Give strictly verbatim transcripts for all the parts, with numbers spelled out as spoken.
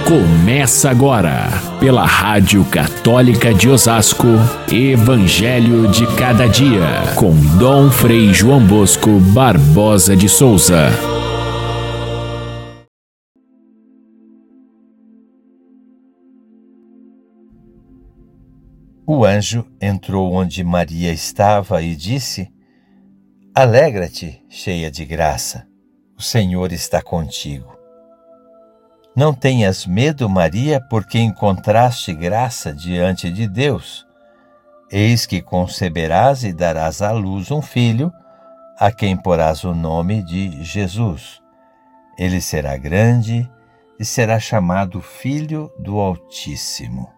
Começa agora, pela Rádio Católica de Osasco, Evangelho de Cada Dia, com Dom Frei João Bosco Barbosa de Souza. O anjo entrou onde Maria estava e disse: Alegra-te, cheia de graça, o Senhor está contigo. Não tenhas medo, Maria, porque encontraste graça diante de Deus. Eis que conceberás e darás à luz um filho, a quem porás o nome de Jesus. Ele será grande e será chamado Filho do Altíssimo.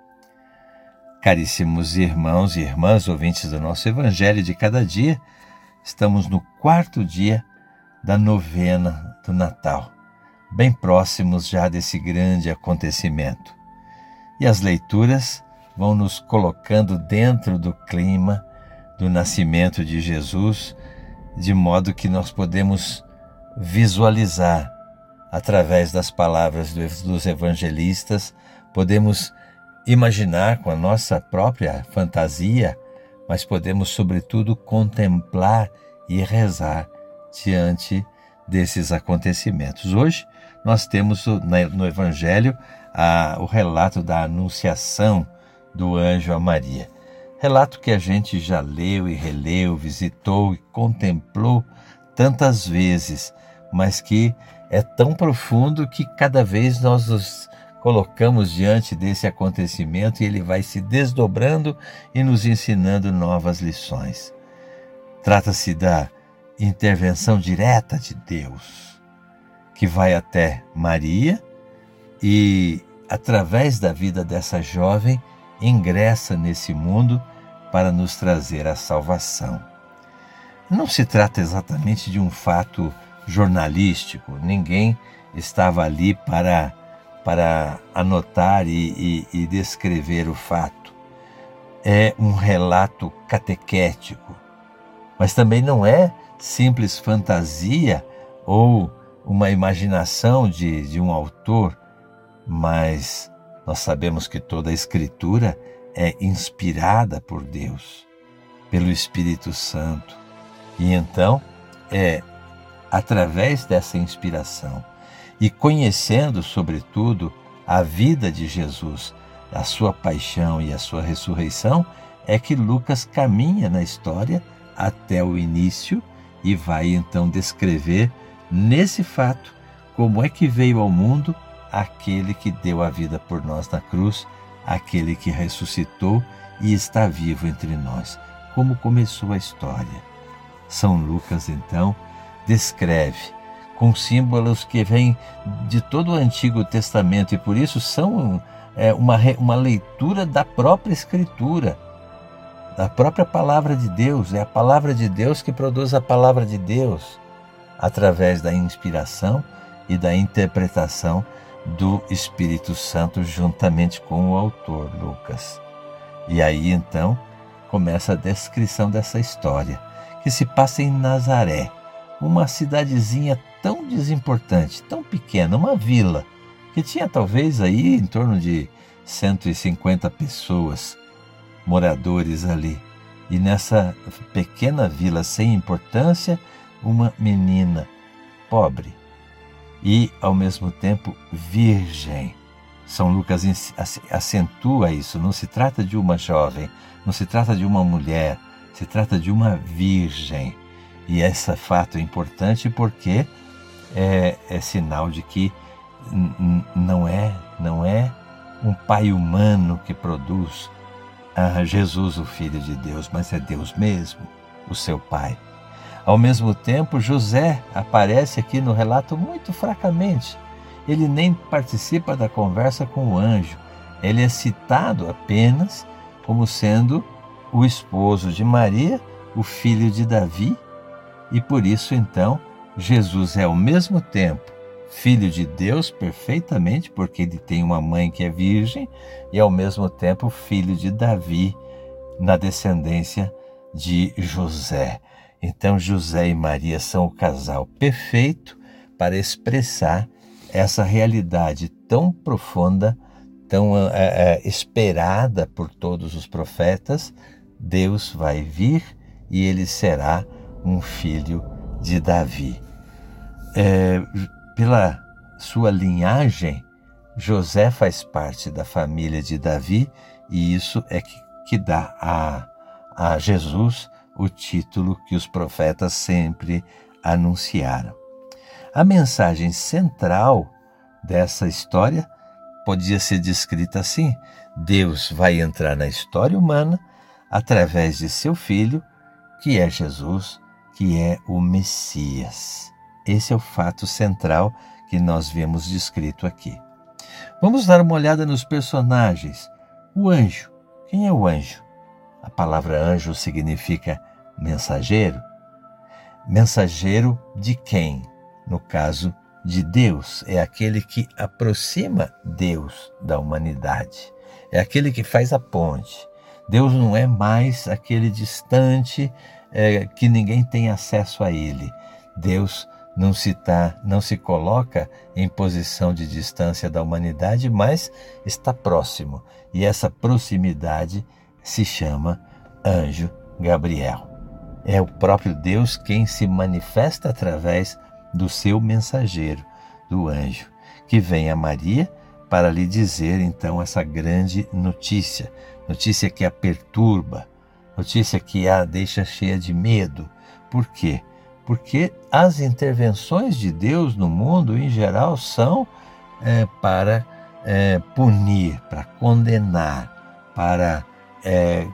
Caríssimos irmãos e irmãs, ouvintes do nosso Evangelho de Cada Dia, estamos no quarto dia da novena do Natal, bem próximos já desse grande acontecimento. E as leituras vão nos colocando dentro do clima do nascimento de Jesus, de modo que nós podemos visualizar, através das palavras dos evangelistas, podemos imaginar com a nossa própria fantasia, mas podemos, sobretudo, contemplar e rezar diante desses acontecimentos. Hoje, nós temos no Evangelho a, o relato da anunciação do anjo a Maria. Relato que a gente já leu e releu, visitou e contemplou tantas vezes, mas que é tão profundo que cada vez nós nos colocamos diante desse acontecimento e ele vai se desdobrando e nos ensinando novas lições. Trata-se da intervenção direta de Deus, que vai até Maria e, através da vida dessa jovem, ingressa nesse mundo para nos trazer a salvação. Não se trata exatamente de um fato jornalístico, ninguém estava ali para, para anotar e, e, e descrever o fato. É um relato catequético, mas também não é simples fantasia ou uma imaginação de, de um autor, mas nós sabemos que toda a Escritura é inspirada por Deus, pelo Espírito Santo. E então, é através dessa inspiração e conhecendo, sobretudo, a vida de Jesus, a sua paixão e a sua ressurreição, é que Lucas caminha na história até o início e vai então descrever nesse fato como é que veio ao mundo aquele que deu a vida por nós na cruz, aquele que ressuscitou e está vivo entre nós. Como começou a história. São Lucas então descreve com símbolos que vêm de todo o Antigo Testamento e por isso são é, uma, uma leitura da própria Escritura, da própria palavra de Deus. É a palavra de Deus que produz a palavra de Deus, através da inspiração e da interpretação do Espírito Santo, juntamente com o autor, Lucas. E aí, então, começa a descrição dessa história, que se passa em Nazaré, uma cidadezinha tão desimportante, tão pequena, uma vila, que tinha talvez aí em torno de cento e cinquenta pessoas, moradores ali. E nessa pequena vila sem importância, uma menina pobre e, ao mesmo tempo, virgem. São Lucas acentua isso. Não se trata de uma jovem, não se trata de uma mulher, se trata de uma virgem. E esse fato é importante porque é, é sinal de que não é, não é um pai humano que produz a Jesus, o Filho de Deus, mas é Deus mesmo, o seu Pai. Ao mesmo tempo, José aparece aqui no relato muito fracamente. Ele nem participa da conversa com o anjo. Ele é citado apenas como sendo o esposo de Maria, o filho de Davi, e por isso, então, Jesus é ao mesmo tempo Filho de Deus perfeitamente, porque ele tem uma mãe que é virgem, e ao mesmo tempo filho de Davi, na descendência de José. Então José e Maria são o casal perfeito para expressar essa realidade tão profunda, tão é, é, esperada por todos os profetas. Deus vai vir e ele será um filho de Davi. É, pela sua linhagem, José faz parte da família de Davi, e isso é que, que dá a, a Jesus o título que os profetas sempre anunciaram. A mensagem central dessa história podia ser descrita assim: Deus vai entrar na história humana através de seu Filho, que é Jesus, que é o Messias. Esse é o fato central que nós vemos descrito aqui. Vamos dar uma olhada nos personagens. O anjo. Quem é o anjo? A palavra anjo significa mensageiro. Mensageiro de quem? No caso de Deus. É aquele que aproxima Deus da humanidade. É aquele que faz a ponte. Deus não é mais aquele distante é, que ninguém tem acesso a ele. Deus não se, tá, não se coloca em posição de distância da humanidade, mas está próximo. E essa proximidade se chama anjo Gabriel. É o próprio Deus quem se manifesta através do seu mensageiro, do anjo, que vem a Maria para lhe dizer então essa grande notícia, notícia que a perturba, notícia que a deixa cheia de medo. Por quê? Porque as intervenções de Deus no mundo, em geral, são é, para é, punir, para condenar, para é,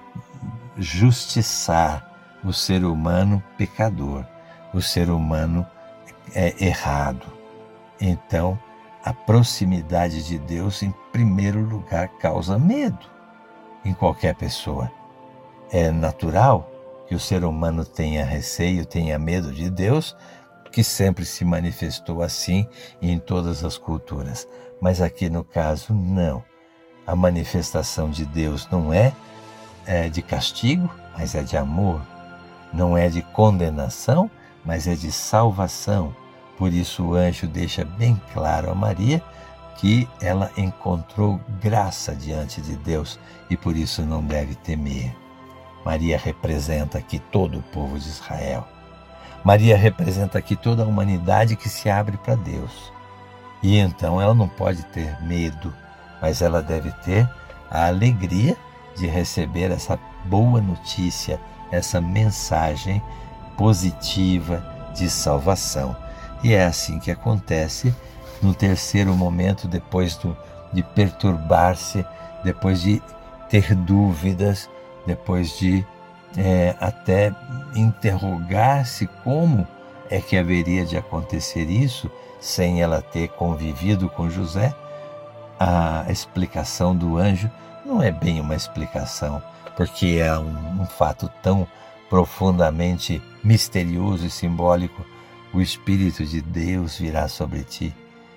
justiçar o ser humano pecador, o ser humano é, errado. Então, a proximidade de Deus, em primeiro lugar, causa medo em qualquer pessoa. É natural que o ser humano tenha receio, tenha medo de Deus, que sempre se manifestou assim em todas as culturas. Mas aqui no caso, não. A manifestação de Deus não é, é de castigo, mas é de amor. Não é de condenação, mas é de salvação. Por isso o anjo deixa bem claro a Maria que ela encontrou graça diante de Deus e por isso não deve temer. Maria representa aqui todo o povo de Israel. Maria representa aqui toda a humanidade que se abre para Deus. E então ela não pode ter medo, mas ela deve ter a alegria de receber essa boa notícia, essa mensagem positiva de salvação. E é assim que acontece no terceiro momento, depois do, de perturbar-se, depois de ter dúvidas, depois de é, até interrogar-se como é que haveria de acontecer isso sem ela ter convivido com José. A explicação do anjo não é bem uma explicação, porque é um, um fato tão profundamente misterioso e simbólico. O Espírito de Deus virá sobre ti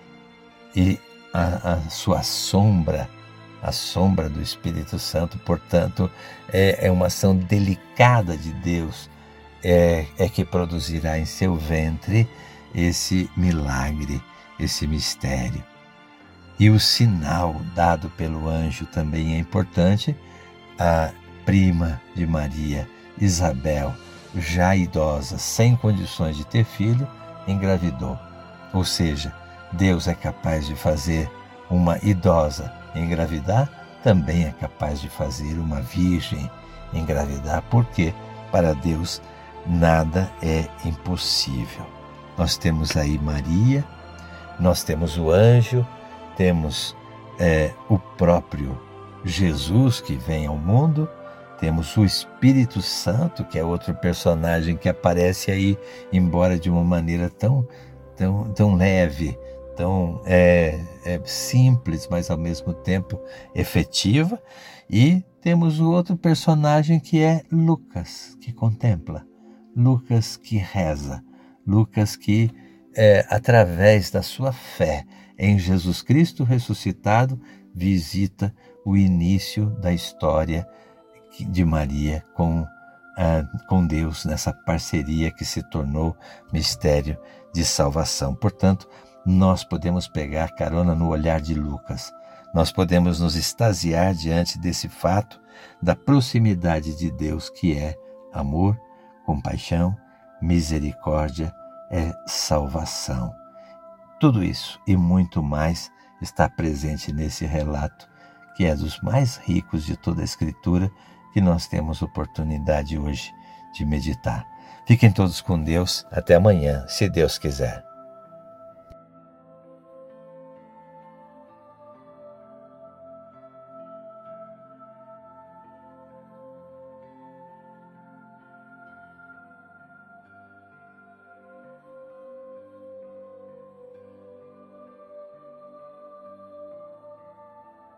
e a, a sua sombra, a sombra do Espírito Santo, portanto, é, é uma ação delicada de Deus, é, é que produzirá em seu ventre esse milagre, esse mistério. E o sinal dado pelo anjo também é importante. A prima de Maria, Isabel, já idosa, sem condições de ter filho, engravidou. Ou seja, Deus é capaz de fazer uma idosa engravidar, também é capaz de fazer uma virgem engravidar, porque para Deus nada é impossível. Nós temos aí Maria, nós temos o anjo, temos é, o próprio Jesus que vem ao mundo, temos o Espírito Santo, que é outro personagem que aparece aí, embora de uma maneira tão, tão, tão leve, tão é, é simples, mas ao mesmo tempo efetiva. E temos o outro personagem que é Lucas, que contempla, Lucas que reza, Lucas que, é, através da sua fé em Jesus Cristo ressuscitado, visita o início da história de Maria com, uh, com Deus, nessa parceria que se tornou mistério de salvação. Portanto, nós podemos pegar carona no olhar de Lucas. Nós podemos nos extasiar diante desse fato da proximidade de Deus, que é amor, compaixão, misericórdia, é salvação. Tudo isso e muito mais está presente nesse relato, que é dos mais ricos de toda a Escritura, que nós temos oportunidade hoje de meditar. Fiquem todos com Deus. Até amanhã, se Deus quiser.